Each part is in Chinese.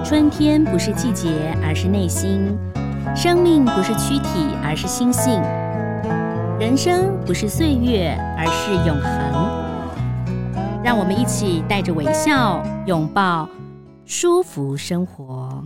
春天不是季节，而是内心；生命不是躯体，而是心性；人生不是岁月，而是永恒。让我们一起带着微笑，拥抱舒服生活。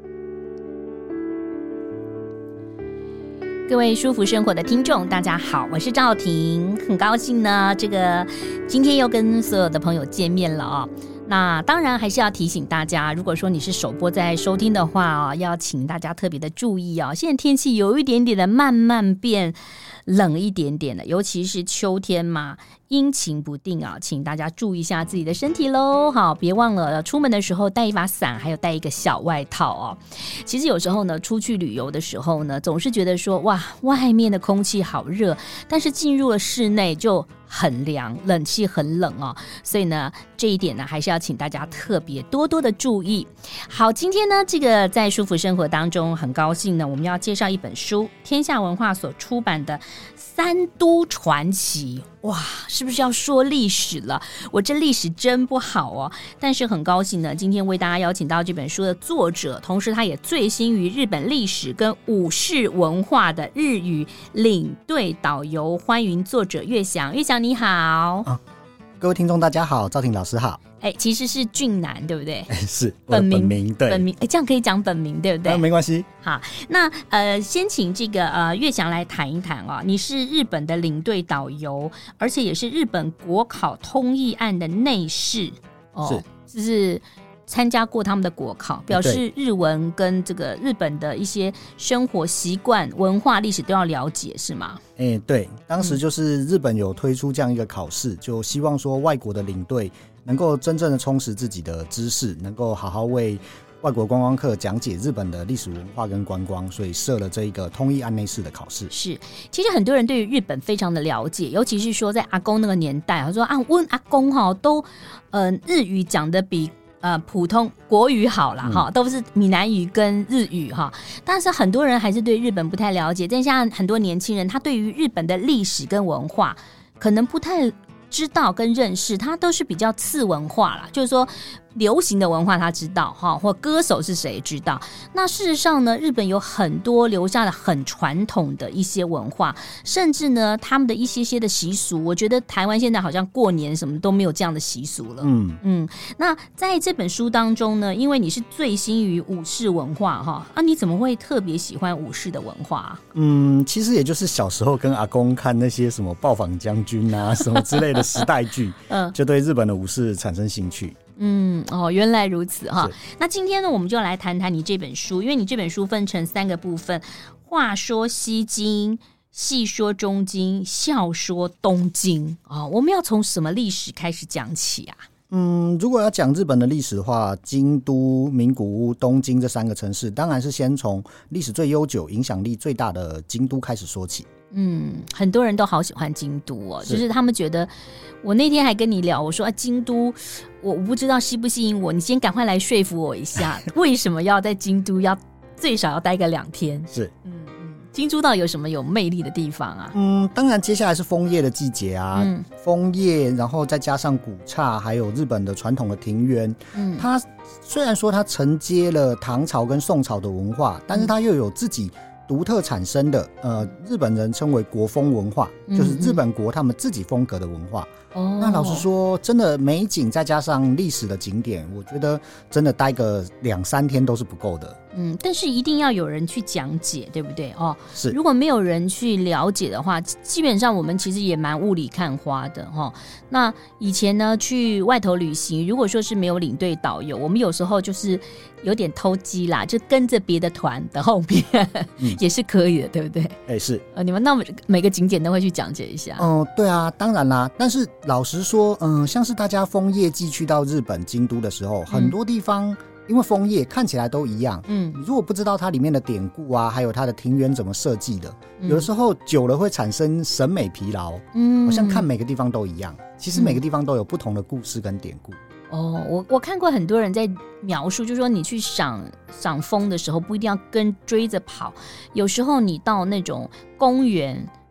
各位舒服生活的听众，大家好，我是赵婷，很高兴呢，今天又跟所有的朋友见面了哦。那当然还是要提醒大家，如果说你是首播在收听的话哦，要请大家特别的注意哦。现在天气有一点点的慢慢变冷一点点的，尤其是秋天嘛，阴晴不定啊，请大家注意一下自己的身体咯。好，别忘了出门的时候带一把伞，还有带一个小外套哦。其实有时候呢，出去旅游的时候呢，总是觉得说哇，外面的空气好热，但是进入了室内就很凉，冷气很冷哦。所以呢，这一点呢，还是要请大家特别多多的注意。好，今天呢，在舒服生活当中，很高兴呢，我们要介绍一本书，天下文化所出版的《三都传奇》。哇，是不是要说历史了？我这历史真不好哦。但是很高兴呢，今天为大家邀请到这本书的作者，同时他也醉心于日本历史跟武士文化的日语领队导游，欢迎作者岳翔。岳翔你好。 各位听众大家好，赵婷老师好。 其实是俊男对不对？ 是本名对， 本名这样可以讲本名对不对？ 没关系。 好，那先请岳翔来谈一谈哦。你是日本的领队导游，而且也是日本国考通译案的内侍哦，就是参加过他们的国考，表示日文跟日本的一些生活习惯、文化、历史都要了解，是吗？ 对，当时就是日本有推出这样一个考试，就希望说外国的领队能够真正的充实自己的知识，能够好好为外国观光客讲解日本的历史文化跟观光，所以设了这一个通译案内试的考试。 是，其实很多人对于日本非常的了解，尤其是说在阿公那个年代，他说问阿公都日语讲的比普通国语好啦，都是闽南语跟日语哈。但是很多人还是对日本不太了解，但像很多年轻人，他对于日本的历史跟文化可能不太知道跟认识，他都是比较次文化啦，就是说流行的文化他知道哈，或歌手是谁知道。那事实上呢，日本有很多留下了很传统的一些文化，甚至呢他们的一些的习俗，我觉得台湾现在好像过年什么都没有这样的习俗了。那在这本书当中呢，因为你是醉心于武士文化哈，你怎么会特别喜欢武士的文化？ 其实也就是小时候跟阿公看那些什么暴坊将军啊什么之类的时代剧，就对日本的武士产生兴趣。 原来如此哈。那今天呢，我们就来谈谈你这本书，因为你这本书分成3个部分：话说西京、戏说中京、笑说东京。我们要从什么历史开始讲起啊？ 如果要讲日本的历史的话，京都、名古屋、东京这3个城市，当然是先从历史最悠久、影响力最大的京都开始说起。 很多人都好喜欢京都哦，就是他们觉得，我那天还跟你聊，我说京都，我不知道吸不吸引我，你先赶快来说服我一下，为什么要在京都最少要待个2天？ 是， 京都到底有什么有魅力的地方啊？ 当然接下来是枫叶的季节啊，枫叶，然后再加上古刹，还有日本的传统的庭园。它虽然说它承接了唐朝跟宋朝的文化，但是它又有自己独特产生的日本人称为国风文化，就是日本国他们自己风格的文化。那老实说，真的美景再加上历史的景点，我觉得真的待个2-3天都是不够的。 但是一定要有人去讲解，对不对？ 是。 如果没有人去了解的话，基本上我们其实也蛮雾里看花的那以前呢，去外头旅行，如果说是没有领队导游，我们有时候就是有点偷鸡啦，就跟着别的团的后面，也是可以的，对不对？ 是。 你们那每个景点都会去讲解一下？ 对啊，当然啦。但是老实说，像是大家枫叶季去到日本京都的时候，很多地方因为枫叶看起来都一样，你如果不知道它里面的典故啊，还有它的庭园怎么设计的，有的时候久了会产生审美疲劳。好像看每个地方都一样，其实每个地方都有不同的故事跟典故。 我看过很多人在描述，就是说你去赏枫的时候不一定要追着跑，有时候你到那种公园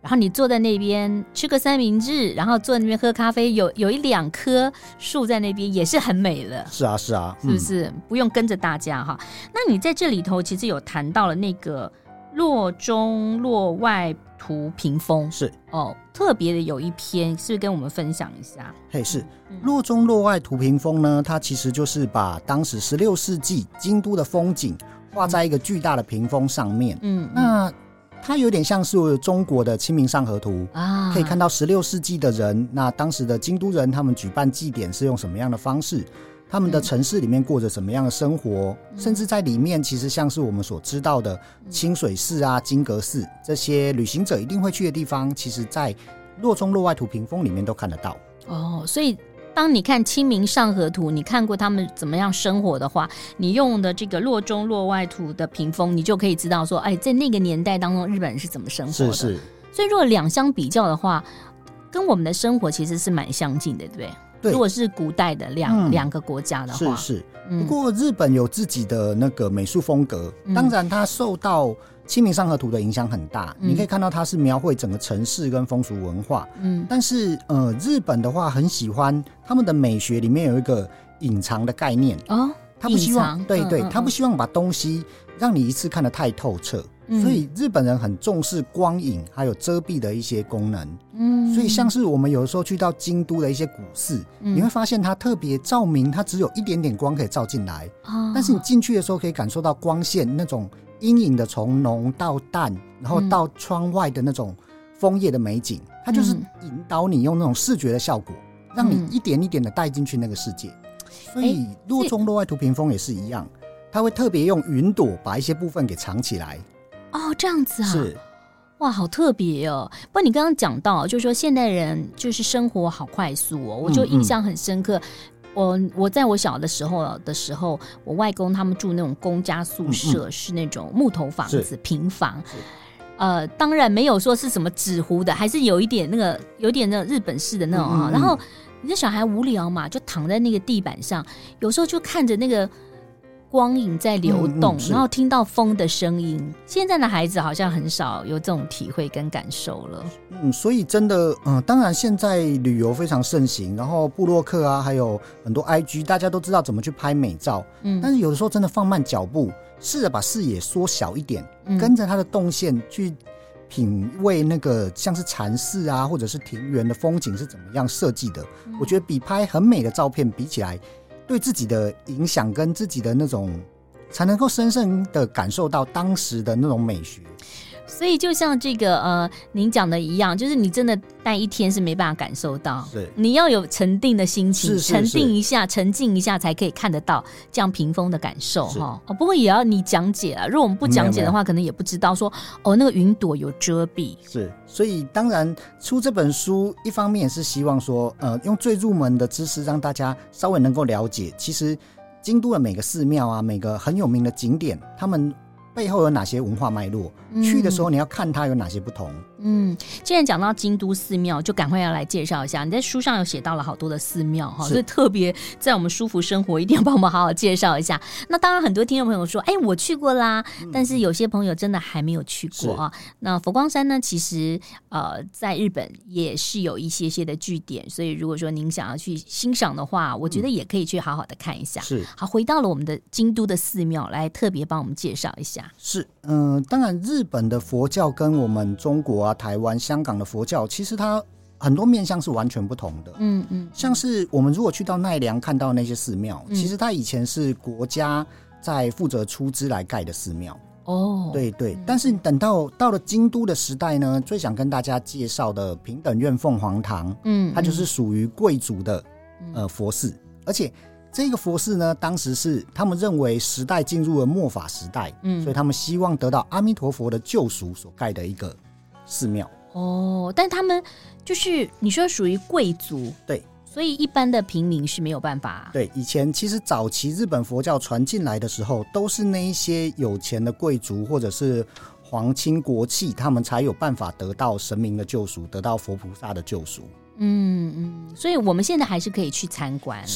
然后你坐在那边吃个三明治，然后坐在那边喝咖啡，有1-2棵树在那边也是很美了。 是啊是啊， 是不是？不用跟着大家哈。那你在这里头其实有谈到了那个洛中洛外图屏风， 是哦，特别的有一篇，是不是跟我们分享一下？ 嘿，是洛中洛外图屏风呢，它其实就是把当时16世纪京都的风景画在一个巨大的屏风上面。那它有点像是中国的清明上河图啊，可以看到16世纪的人，那当时的京都人他们举办祭典是用什么样的方式，他们的城市里面过着什么样的生活，甚至在里面其实像是我们所知道的清水寺啊、金阁寺这些旅行者一定会去的地方，其实在洛中洛外图屏风里面都看得到。 哦，所以当你看清明上河图，你看过他们怎么样生活的话，你用的这个洛中洛外图的屏风，你就可以知道说，哎，在那个年代当中日本人是怎么生活的。 是。 所以如果两相比较的话，跟我们的生活其实是蛮相近的，对不对？ 对， 如果是古代的两个国家的话， 是。不过日本有自己的那个美术风格，当然它受到清明上河图的影响很大，你可以看到它是描绘整个城市跟风俗文化。但是日本的话很喜欢他们的美学里面有一个隐藏的概念哦，他不希望他不希望把东西让你一次看得太透彻。所以日本人很重视光影还有遮蔽的一些功能。所以像是我们有的时候去到京都的一些古寺，你会发现它特别照明，它只有一点点光可以照进来，但是你进去的时候可以感受到光线那种阴影的从浓到淡，然后到窗外的那种枫叶的美景，它就是引导你用那种视觉的效果，让你一点一点的带进去那个世界。所以洛中洛外图屏风也是一样，它会特别用云朵把一些部分给藏起来。 哦，这样子啊， 是， 哇，好特别哦！不过你刚刚讲到，就是说现代人就是生活好快速哦，我就印象很深刻。我在我小的时候，我外公他们住那种公家宿舍，是那种木头房子、平房。当然没有说是什么纸糊的，还是有一点那个日本式的那种啊。然后你的小孩无聊嘛，就躺在那个地板上，有时候就看着那个光影在流动，然后听到风的声音。现在的孩子好像很少有这种体会跟感受了。 所以真的，当然现在旅游非常盛行，然后部落客啊，还有很多 IG， 大家都知道怎么去拍美照。但是有的时候真的放慢脚步，试着把视野缩小一点，跟着它的动线去品味那个像是禅寺啊，或者是庭园的风景是怎么样设计的。我觉得比拍很美的照片比起来，对自己的影响跟自己的那种才能够深深的感受到当时的那种美学。 所以就像这个您讲的一样，就是你真的待一天是没办法感受到，你要有沉定的心情，沉静一下沉静一下才可以看得到这样屏风的感受哈。不过也要你讲解啊，如果我们不讲解的话，可能也不知道说那个云朵有遮蔽。是， 所以当然出这本书一方面也是希望说用最入门的知识让大家稍微能够了解，其实京都的每个寺庙啊，每个很有名的景点，他们背后有哪些文化脉络，去的时候你要看它有哪些不同。 既然讲到京都寺庙，就赶快要来介绍一下。你在书上有写到了好多的寺庙哈，所以特别在我们舒服生活一定要帮我们好好介绍一下。那当然很多听众朋友说我去过啦，但是有些朋友真的还没有去过啊。那佛光山呢，其实在日本也是有一些的据点，所以如果说您想要去欣赏的话，我觉得也可以去好好的看一下。是，好，回到了我们的京都的寺庙，来特别帮我们介绍一下。 是，当然日本的佛教跟我们中国啊、台湾、香港的佛教，其实它很多面向是完全不同的。像是我们如果去到奈良看到那些寺庙，其实它以前是国家在负责出资来盖的寺庙。对，但是等到了京都的时代呢，最想跟大家介绍的平等院凤凰堂，它就是属于贵族的佛寺，而且这个佛寺呢，当时是他们认为时代进入了末法时代，所以他们希望得到阿弥陀佛的救赎所盖的一个寺庙。 但他们就是你说属于贵族， 对， 所以一般的平民是没有办法。 对，以前其实早期日本佛教传进来的时候，都是那一些有钱的贵族或者是皇亲国戚，他们才有办法得到神明的救赎，得到佛菩萨的救赎。 所以我们现在还是可以去参观。 是，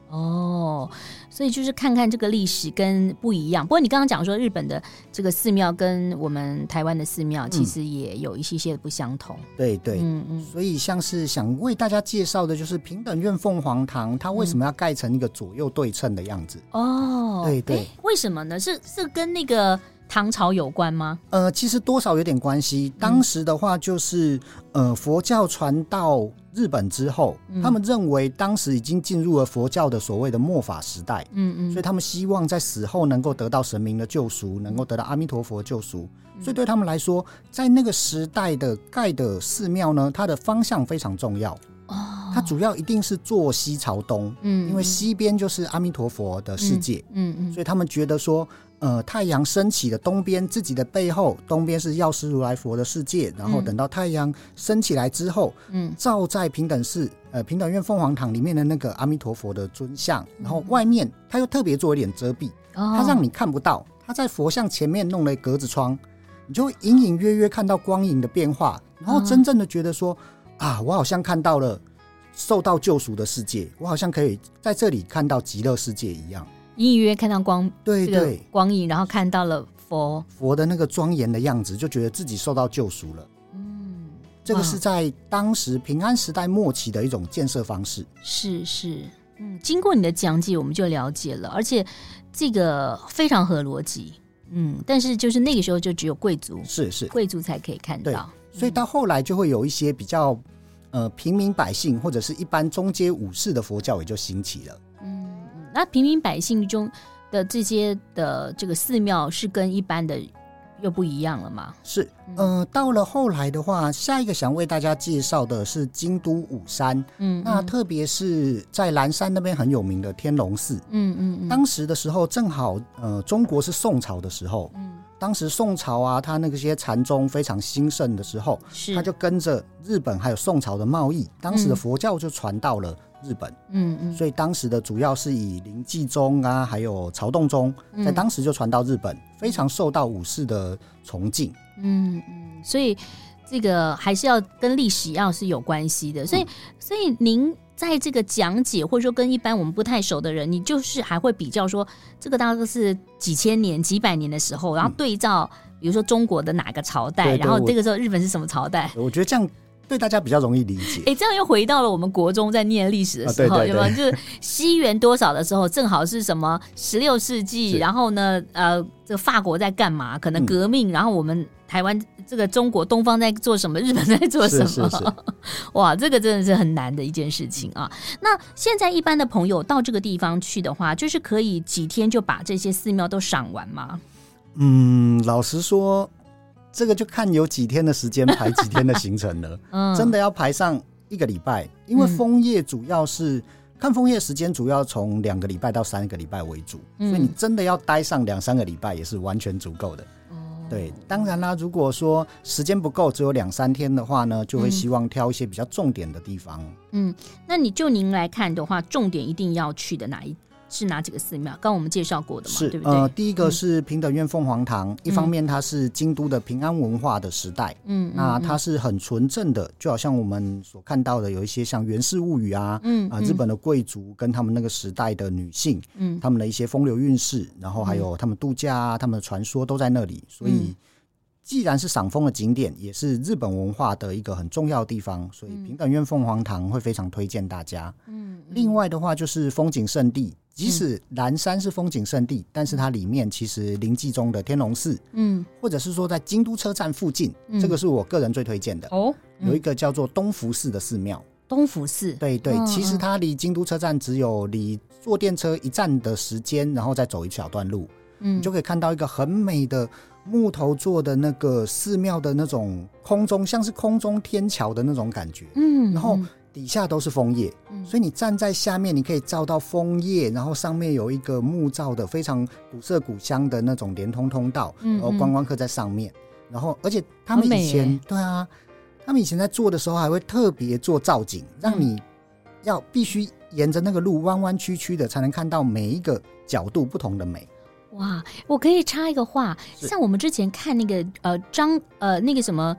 哦，所以就是看看这个历史跟不一样。不过你刚刚讲说日本的这个寺庙跟我们台湾的寺庙其实也有一些不相同。 对对，所以像是想为大家介绍的就是平等院凤凰堂，它为什么要盖成一个左右对称的样子？ 哦， 对对， 为什么呢？是跟那个唐朝有关吗？ 其实多少有点关系。当时的话就是佛教传到日本之后，他们认为当时已经进入了佛教的所谓的末法时代，所以他们希望在死后能够得到神明的救赎，能够得到阿弥陀佛的救赎。所以对他们来说，在那个时代的盖的寺庙呢，它的方向非常重要。它主要一定是坐西朝东，因为西边就是阿弥陀佛的世界，所以他们觉得说太阳升起的东边，自己的背后东边是药师如来佛的世界，然后等到太阳升起来之后，照在平等院凤凰堂里面的那个阿弥陀佛的尊像，然后外面他又特别做一点遮蔽，他让你看不到，他在佛像前面弄了格子窗，你就会隐隐约约看到光影的变化，然后真正的觉得说我好像看到了受到救赎的世界，我好像可以在这里看到极乐世界一样， 隐隐约看到光， 对对， 光影，然后看到了佛的那个庄严的样子，就觉得自己受到救赎了。这个是在当时平安时代末期的一种建设方式。 是，经过你的讲解，我们就了解了，而且这个非常合逻辑。但是就是那个时候就只有贵族，是贵族才可以看到， 所以到后来就会有一些比较平民百姓或者是一般中阶武士的佛教也就兴起了。 那平民百姓中的这些的这个寺庙是跟一般的又不一样了吗？ 是，到了后来的话，下一个想为大家介绍的是京都五山，那特别是在岚山那边很有名的天龙寺，当时的时候正好中国是宋朝的时候，当时宋朝啊，他那些禅宗非常兴盛的时候，他就跟着日本还有宋朝的贸易，当时的佛教就传到了日本，所以当时的主要是以临济宗啊，还有曹洞宗，在当时就传到日本，非常受到武士的崇敬。 所以这个还是要跟历史要是有关系的。所以您在这个讲解或者说跟一般我们不太熟的人，你就是还会比较说这个大概是几千年几百年的时候，然后对照比如说中国的哪个朝代，然后这个时候日本是什么朝代， 我觉得这样对大家比较容易理解。 这样又回到了我们国中在念历史的时候，有没有？就是西元多少的时候，正好是什么16世纪，然后呢，这个法国在干嘛？可能革命，然后我们台湾这个中国东方在做什么，日本在做什么？ 是哇，这个真的是很难的一件事情啊。那现在一般的朋友到这个地方去的话，就是可以几天就把这些寺庙都赏完吗？ 老实说，这个就看有几天的时间排几天的行程了。真的要排上1个礼拜，因为枫叶主要是看枫叶时间主要从2个礼拜到3个礼拜为主，所以你真的要待上2-3个礼拜也是完全足够的。对，当然啦，如果说时间不够，只有2-3天的话呢，就会希望挑一些比较重点的地方。 那你就您来看的话，重点一定要去的是哪几个寺庙？刚刚我们介绍过的嘛，对不对？ 第一个是平等院凤凰堂，一方面它是京都的平安文化的时代，那它是很纯正的，就好像我们所看到的有一些像《源氏物语》啊，日本的贵族跟他们那个时代的女性，他们的一些风流韵事，然后还有他们度假啊，他们的传说都在那里，所以既然是赏枫的景点，也是日本文化的一个很重要的地方，所以平等院凤凰堂会非常推荐大家。另外的话就是风景胜地，即使岚山是风景胜地，但是它里面其实临济宗的天龙寺，或者是说在京都车站附近，这个是我个人最推荐的。有一个叫做东福寺的寺庙。 东福寺， 对，其实它离京都车站只有离坐电车1站的时间，然后再走一小段路，你就可以看到一个很美的木头做的那个寺庙的那种空中，像是空中天桥的那种感觉，然后底下都是枫叶，所以你站在下面，你可以照到枫叶，然后上面有一个木造的非常古色古香的那种连通通道，然后观光客在上面，然后而且他们以前对啊，他们以前在做的时候还会特别做造景，让你要必须沿着那个路弯弯曲曲的，才能看到每一个角度不同的美。哇， 我可以插一个话，像我们之前看那个那个什么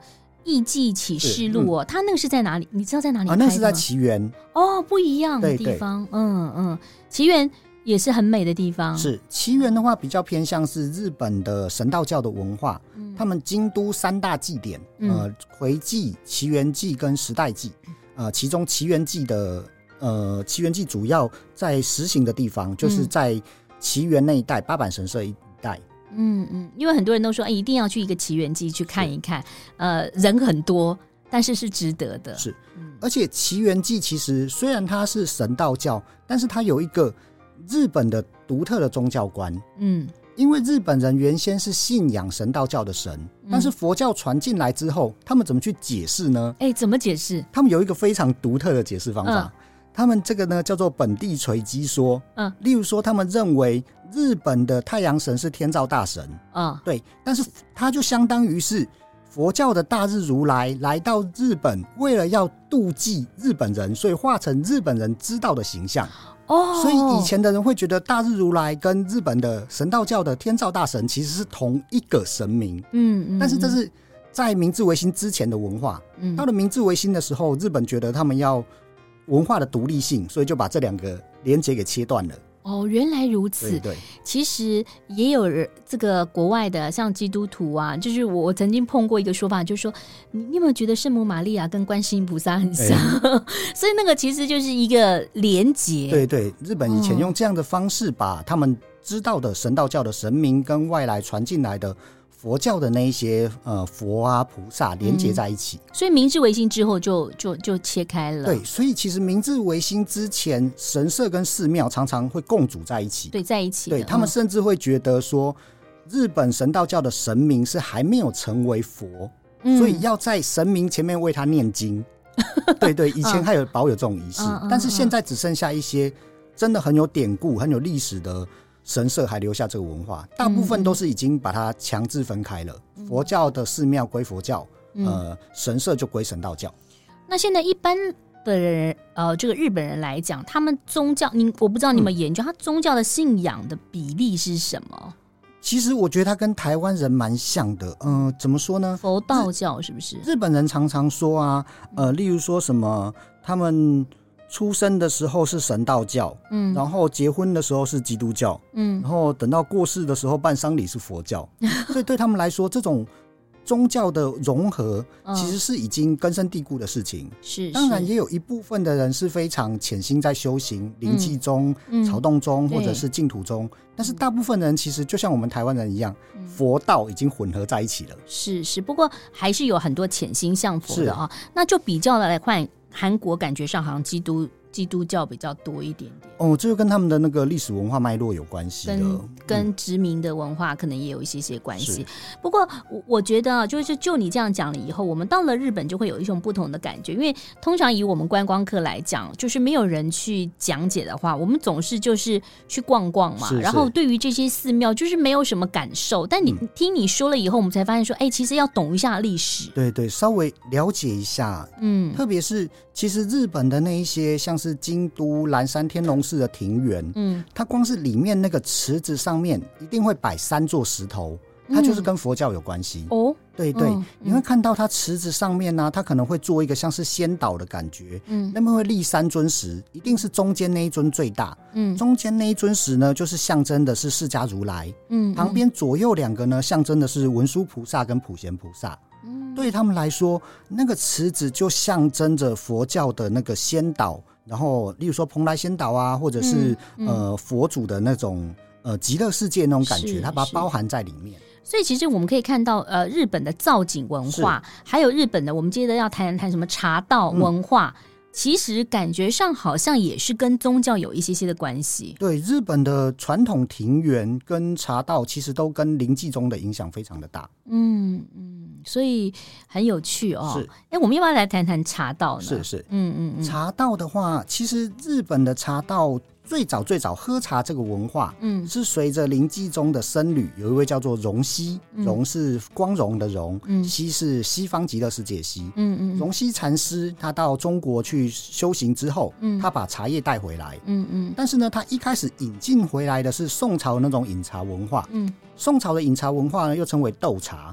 艺伎启示录哦，它那个是在哪里？你知道在哪里拍的吗？ 那是在奇缘哦，不一样的地方。奇缘也是很美的地方。 是奇缘的话，比较偏向是日本的神道教的文化。他们京都3大祭典，回祭、奇缘祭跟时代祭。其中奇缘祭的奇缘祭主要在实行的地方，就是在奇缘那一带，八坂神社一带。 因为很多人都说，一定要去一个奇缘祭去看一看，人很多，但是是值得的。 是，而且奇缘祭其实虽然它是神道教，但是它有一个日本的独特的宗教观。因为日本人原先是信仰神道教的神，但是佛教传进来之后，他们怎么去解释呢？ 怎么解释？ 他们有一个非常独特的解释方法。他们这个呢叫做本地垂基说。例如说，他们认为日本的太阳神是天照大神。对，但是它就相当于是佛教的大日如来来到日本，为了要妒忌日本人，所以化成日本人知道的形象。所以以前的人会觉得大日如来跟日本的神道教的天照大神其实是同一个神明。但是这是在明治维新之前的文化。到了明治维新的时候，日本觉得他们要文化的独立性，所以就把这两个连结给切断了。 原来如此。 对， 其实也有这个国外的像基督徒啊，就是我曾经碰过一个说法，就是说你有没有觉得圣母玛利亚跟观世音菩萨很像？所以那个其实就是一个连结。 对，日本以前用这样的方式把他们知道的神道教的神明跟外来传进来的佛教的那一些佛啊菩萨连接在一起。 所以明治维新之后就切开了。 对，所以其实明治维新之前，神社跟寺庙常常会共组在一起。 对，在一起。 对，他们甚至会觉得说，日本神道教的神明是还没有成为佛，所以要在神明前面为他念经。对，以前还有保有这种仪式，但是现在只剩下一些真的很有典故、很有历史的神社还留下这个文化，大部分都是已经把它强制分开了。佛教的寺庙归佛教，神社就归神道教。 那现在一般的人，这个日本人来讲，他们宗教，我不知道你们研究，他宗教的信仰的比例是什么？ 其实我觉得他跟台湾人蛮像的。怎么说呢？ 佛道教是不是？ 日本人常常说啊，例如说什么他们出生的时候是神道教，然后结婚的时候是基督教，然后等到过世的时候办丧礼是佛教。所以对他们来说，这种宗教的融合其实是已经根深蒂固的事情。 是， 当然也有一部分的人是非常潜心在修行，灵济宗、曹洞宗或者是净土宗，但是大部分人其实就像我们台湾人一样，佛道已经混合在一起了。 是，不过还是有很多潜心向佛的啊。那就比较来看，韩国感觉上好像基督教比较多一点点。 这就跟他们的那个历史文化脉络有关系的， 跟殖民的文化可能也有一些关系。不过我觉得就你这样讲了以后，我们到了日本就会有一种不同的感觉，因为通常以我们观光客来讲，就是没有人去讲解的话，我们总是就是去逛逛嘛，然后对于这些寺庙就是没有什么感受。但听你说了以后，我们才发现说，其实要懂一下历史， 对，稍微了解一下。特别是其实日本的那一些像是京都岚山天龙寺的庭园，它光是里面那个池子上面一定会摆3座石头，它就是跟佛教有关系。对，你会看到它池子上面呢，它可能会做一个像是仙岛的感觉，那边会立3尊石，一定是中间那一尊最大，中间那一尊石呢，就是象征的是释迦如来，旁边左右2个呢，象征的是文殊菩萨跟普贤菩萨。对他们来说，那个池子就象征着佛教的那个仙岛，然后例如说蓬莱仙岛啊，或者是佛祖的那种极乐世界那种感觉，它把它包含在里面。 所以其实我们可以看到日本的造景文化，还有日本的我们接着要谈什么茶道文化，其实感觉上好像也是跟宗教有一些的关系。 对，日本的传统庭园跟茶道其实都跟灵济宗的影响非常的大。 所以很有趣哦。 是， 我们要不要来谈谈茶道呢？ 是，茶道的话，其实日本的茶道最早喝茶这个文化，是随着灵济宗的僧侣，有一位叫做荣西，荣是光荣的荣，西是西方极乐世界西。荣西禅师他到中国去修行之后，他把茶叶带回来。但是呢，他一开始引进回来的是宋朝那种饮茶文化。宋朝的饮茶文化呢，又称为斗茶。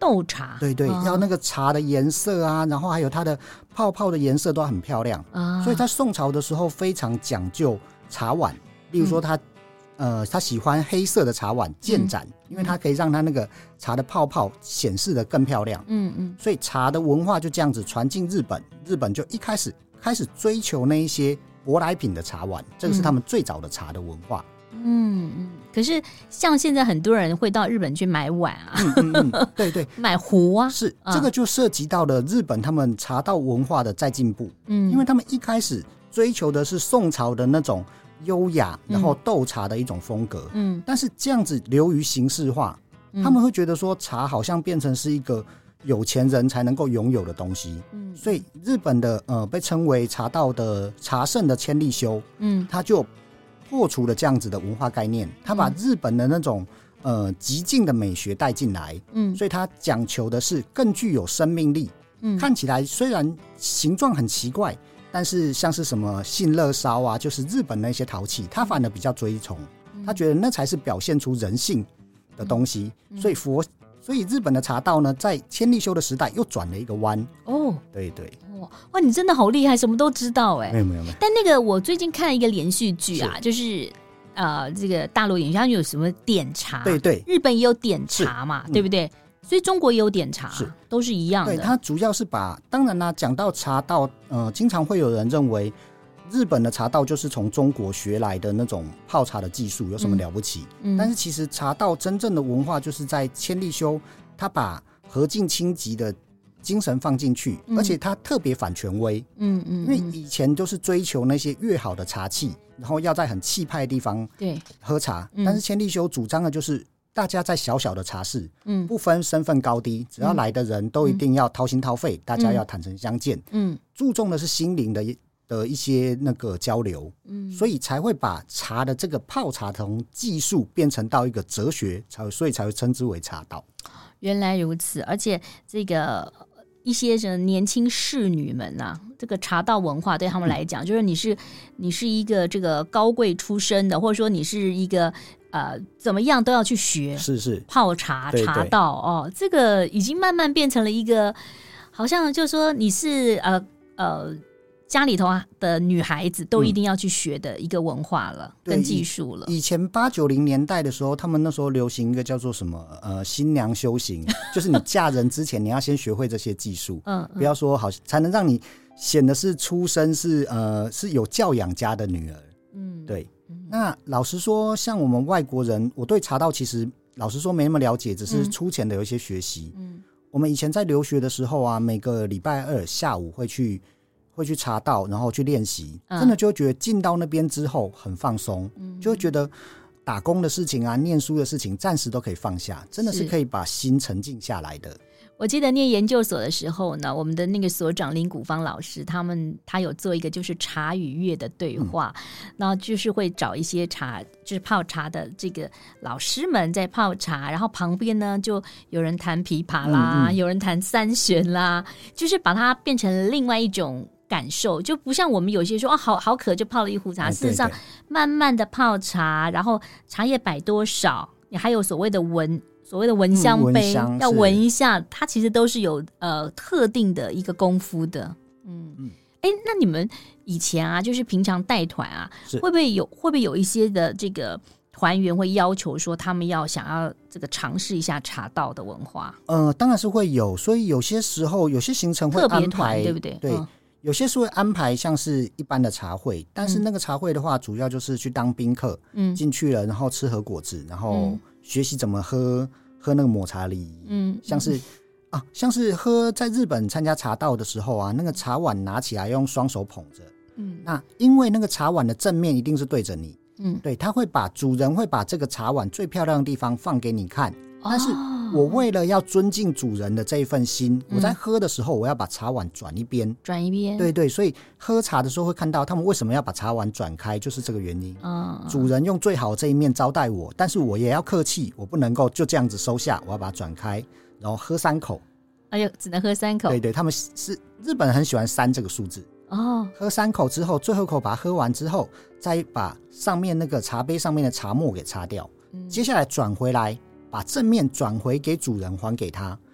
斗茶， 对对，要那个茶的颜色啊，然后还有它的泡泡的颜色都很漂亮所以在宋朝的时候非常讲究茶碗，例如说他喜欢黑色的茶碗渐盏因为它可以让它那个茶的泡泡显示得更漂亮所以茶的文化就这样子传进日本，日本就一开始追求那一些舶来品的茶碗，这个是他们最早的茶的文化可是像现在很多人会到日本去买碗啊对对买壶啊， 是这个就涉及到了日本他们茶道文化的再进步因为他们一开始追求的是宋朝的那种优雅然后斗茶的一种风格但是这样子流于形式化他们会觉得说茶好像变成是一个有钱人才能够拥有的东西所以日本的被称为茶道的茶圣的千利休他就破除了这样子的文化概念，他把日本的那种极尽的美学带进来所以他讲求的是更具有生命力看起来虽然形状很奇怪但是像是什么信乐烧啊，就是日本那些陶器他反而比较追崇他觉得那才是表现出人性的东西所以日本的茶道呢在千利休的时代又转了一个弯对对哇，你真的好厉害，什么都知道哎。 没有但那个我最近看了一个连续剧啊，就是这个大陆连续剧有什么点茶， 对对， 日本也有点茶嘛，对不对？所以中国也有点茶，都是一样的。 对，它主要是当然啦，讲到茶道，经常会有人认为日本的茶道就是从中国学来的那种泡茶的技术，有什么了不起？但是其实茶道真正的文化就是在千利休，他把和敬清寂的精神放进去而且他特别反权威因为以前都是追求那些越好的茶器然后要在很气派的地方喝茶但是千利休主张的就是大家在小小的茶室不分身份高低只要来的人都一定要掏心掏肺大家要坦诚相见注重的是心灵的一些那个交流所以才会把茶的这个泡茶从技术变成到一个哲学所以才会称之为茶道。 原来如此，而且这个一些年轻侍女们啊，这个茶道文化对他们来讲就是你是一个这个高贵出身的，或者说你是一个怎么样都要去学是泡茶对茶道这个已经慢慢变成了一个好像就是说你是家里头的女孩子都一定要去学的一个文化了跟技术了。以前80-90年代的时候他们那时候流行一个叫做什么新娘修行就是你嫁人之前你要先学会这些技术不要说好才能让你显得是出身是有教养家的女儿对那老实说像我们外国人我对茶道其实老实说没那么了解只是粗浅的有一些学习我们以前在留学的时候啊每个礼拜二下午会去茶道然后去练习真的就会觉得进到那边之后很放松就会觉得打工的事情啊念书的事情暂时都可以放下真的是可以把心沉静下来的。 我记得念研究所的时候呢我们的那个所长林谷芳老师他有做一个就是茶与乐的对话然后就是会找一些就是泡茶的这个老师们在泡茶然后旁边呢就有人弹琵琶啦有人弹三弦啦就是把它变成另外一种感受就不像我们有些说好渴就泡了一壶茶事实上慢慢的泡茶然后茶叶摆多少你还有所谓的闻香杯要闻一下它其实都是有特定的一个功夫的那你们以前啊就是平常带团啊会不会有一些的这个团员会要求说他们想要这个尝试一下茶道的文化当然是会有所以有些时候有些行程会安排特别团对不对对有些是会安排像是一般的茶会但是那个茶会的话主要就是去当宾客进去了然后吃和果子然后学习怎么喝那个抹茶礼仪像是喝在日本参加茶道的时候啊那个茶碗拿起来用双手捧着那因为那个茶碗的正面一定是对着你对主人会把这个茶碗最漂亮的地方放给你看但是我为了要尊敬主人的这一份心我在喝的时候我要把茶碗转一边对对所以喝茶的时候会看到他们为什么要把茶碗转开就是这个原因主人用最好的这一面招待我但是我也要客气我不能够就这样子收下我要把它转开然后喝3口只能喝3口对对他们是日本人很喜欢3这个数字喝3口之后最后一口把它喝完之后再把上面那个茶杯上面的茶沫给擦掉接下来转回来把正面转回给主人还给他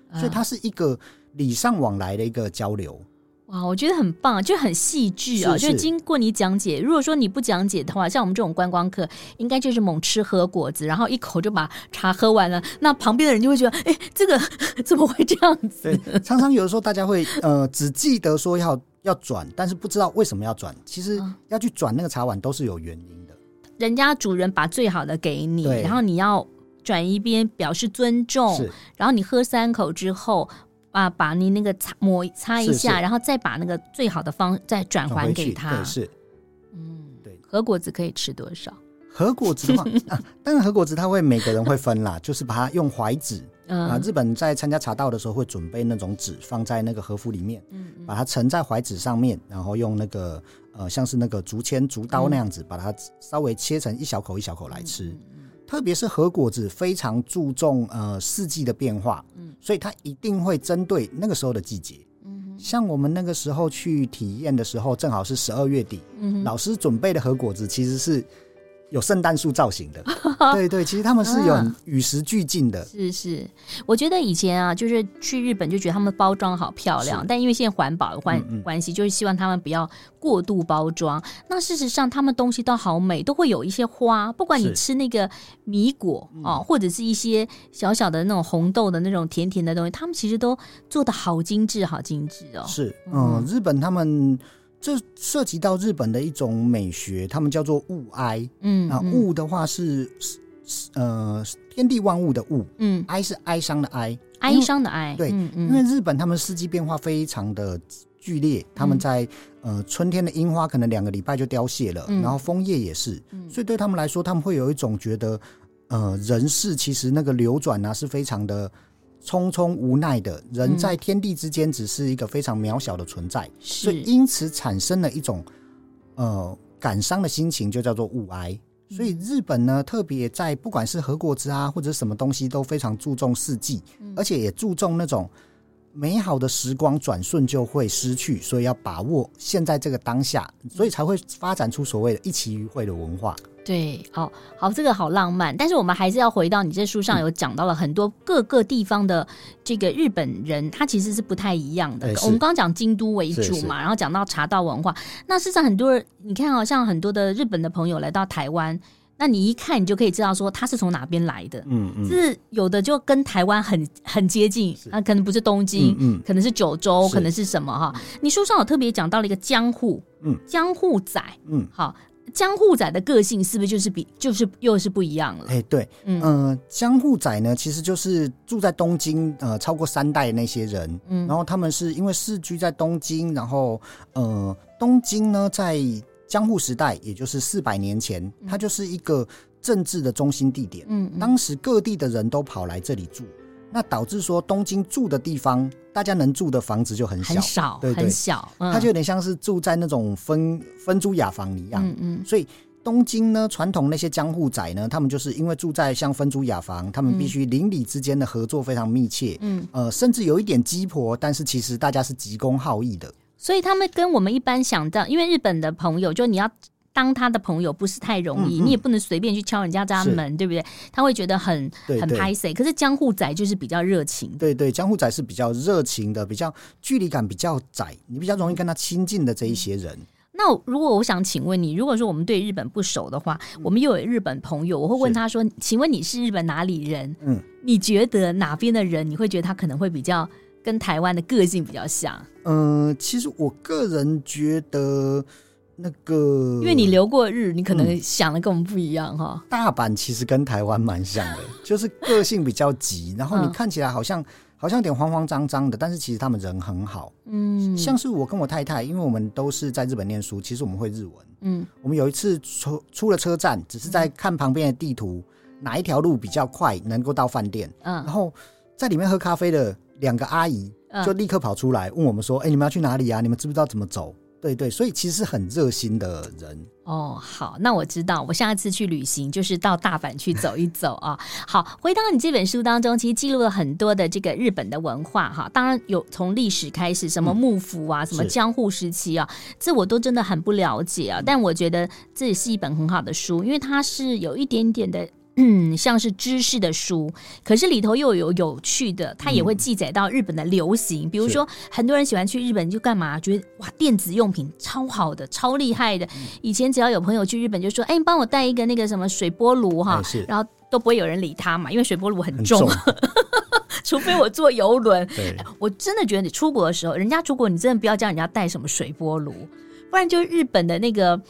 所以它是一个礼尚往来的一个交流。 哇，我觉得很棒，就很细致啊！就经过你讲解，如果说你不讲解的话，像我们这种观光客，应该就是猛吃和果子，然后一口就把茶喝完了。那旁边的人就会觉得，哎，这个怎么会这样子？ 对，常常有的时候大家会只记得说要转，但是不知道为什么要转。其实要去转那个茶碗都是有原因的。人家主人把最好的给你，然后你要转一边表示尊重，然后你喝3口之后。把你那个擦一下，然后再把那个最好的再转还给他。 对，是， 对。和果子可以吃多少？ 和果子的话，当然和果子它会每个人会分啦，就是把它用怀纸日本在参加茶道的时候会准备那种纸放在那个和服里面，把它盛在怀纸上面，然后用那个像是那个竹签、竹刀那样子，把它稍微切成一小口一小口来吃。特别是和果子非常注重四季的变化，所以它一定会针对那个时候的季节。像我们那个时候去体验的时候，正好是12月底，老师准备的和果子其实是有圣诞树造型的。对对，其实他们是有与时俱进的。 是，我觉得以前啊，就是去日本就觉得他们包装好漂亮，但因为现在环保的关系，就是希望他们不要过度包装。那事实上他们东西都好美，都会有一些花，不管你吃那个米果或者是一些小小的那种红豆的那种甜甜的东西，他们其实都做得好精致好精致哦。 是，日本他们这涉及到日本的一种美学，他们叫做物哀。物的话是天地万物的物，哀是哀伤的哀， 哀伤的哀。 对，因为日本他们四季变化非常的剧烈，他们在春天的樱花可能2个礼拜就凋谢了，然后枫叶也是，所以对他们来说，他们会有一种觉得人世其实那个流转是非常的匆匆无奈的，人在天地之间只是一个非常渺小的存在，所以因此产生了一种感伤的心情，就叫做物哀。所以日本呢，特别在不管是和果子或者什么东西都非常注重四季，而且也注重那种美好的时光转瞬就会失去，所以要把握现在这个当下，所以才会发展出所谓的一期一会的文化。 对，好，这个好浪漫。但是我们还是要回到你这书上有讲到了很多各个地方的这个日本人，他其实是不太一样的。我们刚刚讲京都为主嘛，然后讲到茶道文化。那事实上很多人，你看像很多的日本的朋友来到台湾，那你一看你就可以知道说他是从哪边来的。是有的就跟台湾很接近，可能不是东京，可能是九州，可能是什么哈。你书上有特别讲到了一个江户，江户仔，好。江户仔的个性是不是就是又是不一样了？ 对，江户仔呢，其实就是住在东京超过3代的那些人，然后他们是因为世居在东京，然后东京呢在江户时代，也就是400年前，它就是一个政治的中心地点，当时各地的人都跑来这里住。那导致说东京住的地方，大家能住的房子就很小，对对， 很小， 它就有点像是住在那种分租雅房一样。所以东京呢，传统那些江户仔呢，他们就是因为住在像分租雅房，他们必须邻里之间的合作非常密切，甚至有一点鸡婆，但是其实大家是急公好义的。所以他们跟我们一般想到，因为日本的朋友，就你要当他的朋友不是太容易，你也不能随便去敲人家门，对不对？他会觉得很拍谁。可是江户仔就是比较热情， 对对，江户仔是比较热情的，比较距离感比较窄，你比较容易跟他亲近的这一些人。 那如果我想请问你，如果说我们对日本不熟的话，我们又有日本朋友，我会问他说：“请问你是日本哪里人？你觉得哪边的人，你会觉得他可能会比较跟台湾的个性比较像？” 其实我个人觉得。那个， 因为你留过日，你可能想的跟我们不一样哈。 大阪其实跟台湾蛮像的，就是个性比较急，然后你看起来好像有点慌慌张张的，但是其实他们人很好。像是我跟我太太，因为我们都是在日本念书，其实我们会日文。我们有一次出了车站，只是在看旁边的地图，哪一条路比较快能够到饭店。然后在里面喝咖啡的2个阿姨就立刻跑出来问我们说：“你们要去哪里啊？你们知不知道怎么走？”对对，所以其实是很热心的人。 好，那我知道，我下一次去旅行就是到大阪去走一走啊。好，回到你这本书当中，其实记录了很多的这个日本的文化哈，当然有从历史开始，什么幕府啊，什么江户时期啊，这我都真的很不了解啊。但我觉得这也是一本很好的书，因为它是有一点点的像是知识的书，可是里头又有趣的，它也会记载到日本的流行。比如说，很多人喜欢去日本就干嘛？觉得哇，电子用品超好的，超厉害的。以前只要有朋友去日本，就说：“哎，你帮我带一个那个什么水波炉哈。”然后都不会有人理他嘛，因为水波炉很重。除非我坐邮轮，我真的觉得你出国的时候，人家出国你真的不要叫人家带什么水波炉，不然就是日本的那个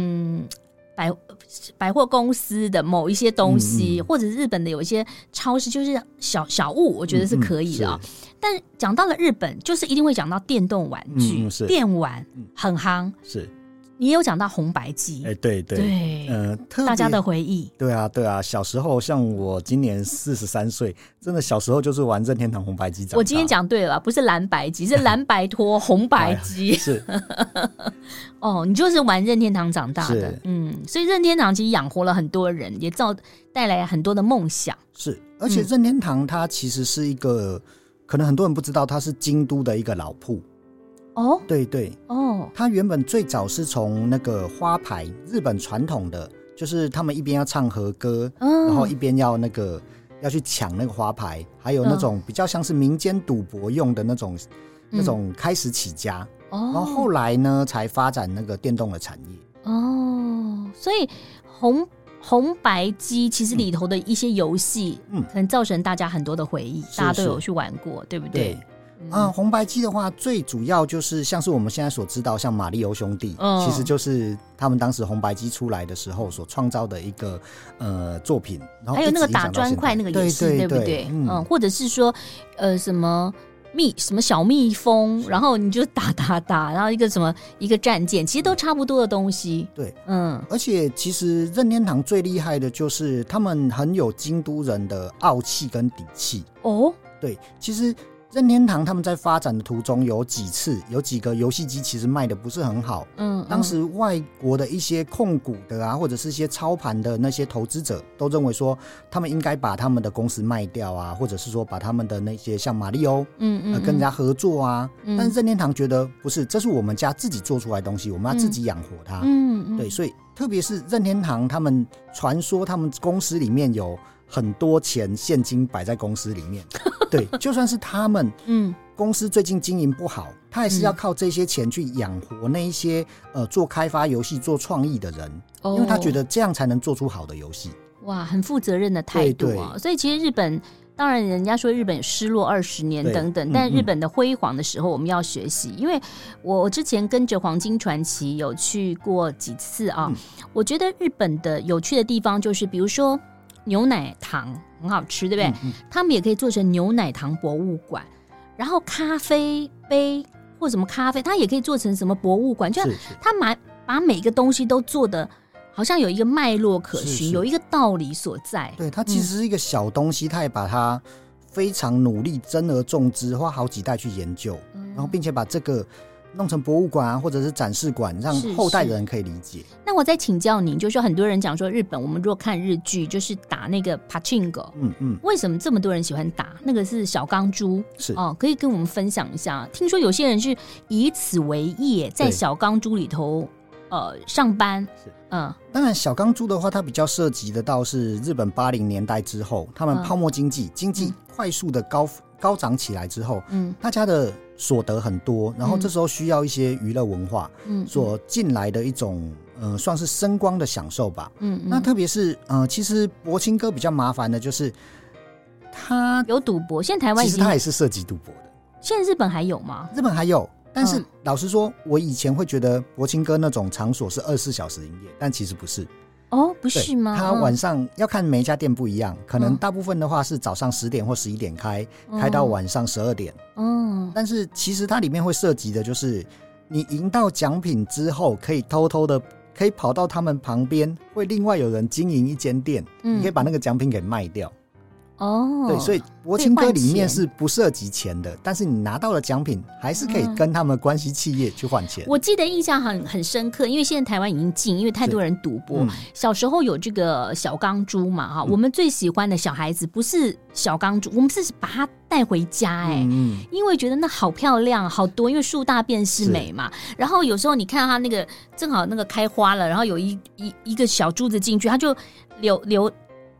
百货公司的某一些东西，或者是日本的有一些超市，就是小物，我觉得是可以的但讲到了日本，就是一定会讲到电动玩具，电玩很夯， 是。 你也有讲到红白机， 对， 大家的回忆， 对啊，小时候像我今年43岁，真的小时候就是玩任天堂红白机长大。 我今天讲对了，不是蓝白机，是蓝白拖红白机。 是， 你就是玩任天堂长大的，所以任天堂其实养活了很多人，也带来很多的梦想。 是，而且任天堂它其实是一个，可能很多人不知道，它是京都的一个老铺。对，他原本最早是从那个花牌，日本传统的，就是他们一边要唱和歌，然后一边要去抢那个花牌，还有那种比较像是民间赌博用的那种开始起家，然后后来呢才发展那个电动的产业。 所以红白机其实里头的一些游戏，可能造成大家很多的回忆，大家都有去玩过，对不对？ 红白机的话，最主要就是像是我们现在所知道，像马里欧兄弟，其实就是他们当时红白机出来的时候所创造的一个作品。然后还有那个打砖块那个也是，对不对？或者是说什么小蜜蜂，然后你就打，然后一个战舰，其实都差不多的东西。对， 而且其实任天堂最厉害的就是他们很有京都人的傲气跟底气。对，其实任天堂他们在发展的途中有几个游戏机其实卖的不是很好，当时外国的一些控股的啊，或者是一些操盘的那些投资者都认为说他们应该把他们的公司卖掉啊，或者是说把他们的那些像马里欧跟人家合作啊，但是任天堂觉得不是，这是我们家自己做出来的东西，我们要自己养活它。对，所以特别是任天堂他们传说他们公司里面有很多钱现金摆在公司里面对，就算是他们公司最近经营不好，他还是要靠这些钱去养活那一些做开发游戏做创意的人，因为他觉得这样才能做出好的游戏。 哇，很负责任的态度啊！所以其实日本，当然人家说日本失落20年等等，但日本的辉煌的时候我们要学习。因为我之前跟着黄金传奇有去过几次啊，我觉得日本的有趣的地方就是比如说牛奶糖很好吃，对不对？他们也可以做成牛奶糖博物馆，然后咖啡杯或什么咖啡，它也可以做成什么博物馆，就他把每个东西都做的好像有一个脉络可循，有一个道理所在。 对，它其实是一个小东西，他也把它非常努力珍而重之，花好几代去研究，然后并且把这个弄成博物馆啊，或者是展示馆，让后代的人可以理解。 那我再请教您，就是说很多人讲说日本，我们如果看日剧，就是打那个 Pachinko，为什么这么多人喜欢打？那个是小钢珠，可以跟我们分享一下。听说有些人是以此为业，在小钢珠里头上班。 当然小钢珠的话，它比较涉及的到是日本80年代之后，他们泡沫经济快速的高涨起来之后，大家的所得很多，然后这时候需要一些娱乐文化所进来的一种算是声光的享受吧。那特别是其实柏青哥比较麻烦的就是他有赌博，现在台湾其实他也是涉及赌博的。 现在日本还有吗？ 日本还有，但是老实说，我以前会觉得柏青哥那种场所是24小时营业，但其实不是。 不是吗？ 他晚上要看每一家店不一样，可能大部分的话是早上10点或11点开到晚上12点。但是其实它里面会涉及的就是你赢到奖品之后，可以偷偷的可以跑到他们旁边，会另外有人经营一间店，你可以把那个奖品给卖掉。对，所以柏青哥里面是不涉及钱的，但是你拿到了奖品还是可以跟他们关系企业去换钱。 我记得印象很深刻，因为现在台湾已经禁，因为太多人赌博。小时候有这个小钢珠嘛，我们最喜欢的小孩子不是小钢珠，我们是把它带回家因为觉得那好漂亮好多，因为树大便是美嘛。然后有时候你看到它那个正好那个开花了，然后有一个小珠子进去，它就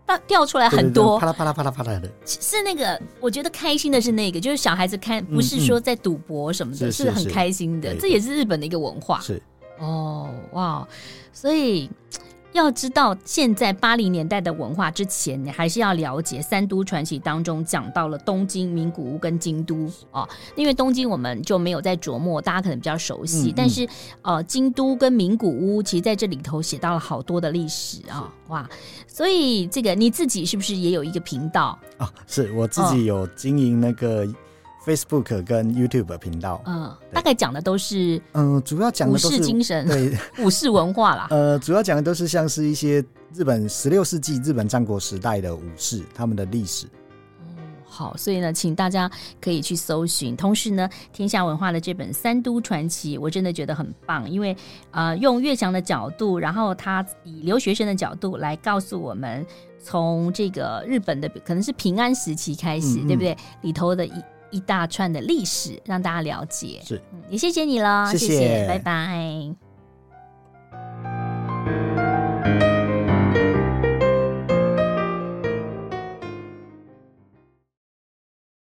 掉出来很多， 对对对，啪啦啪啦啪啦啪啦的， 是那个我觉得开心的是那个，就是小孩子看，不是说在赌博什么的，是很开心的，这也是日本的一个文化。 是哦，哇，所以要知道现在80年代的文化之前，你还是要了解三都传奇当中讲到了东京、名古屋跟京都哦。因为东京我们就没有在琢磨，大家可能比较熟悉，但是京都跟名古屋其实在这里头写到了好多的历史啊，哇！所以这个你自己是不是也有一个频道啊？是我自己有经营那个Facebook 跟 YouTube 频道， 大概讲的都是主要讲的都是武士精神， 对， 武士文化啦。 主要讲的都是像是一些日本16世纪日本战国时代的武士他们的历史。 好，所以呢，请大家可以去搜寻。同时呢，天下文化的这本《三都传奇》，我真的觉得很棒，因为用岳翔的角度，然后他以留学生的角度来告诉我们，从这个日本的可能是平安时期开始，对不对？里头的一大串的历史，让大家了解。 是， 也谢谢你了， 谢谢， 拜拜。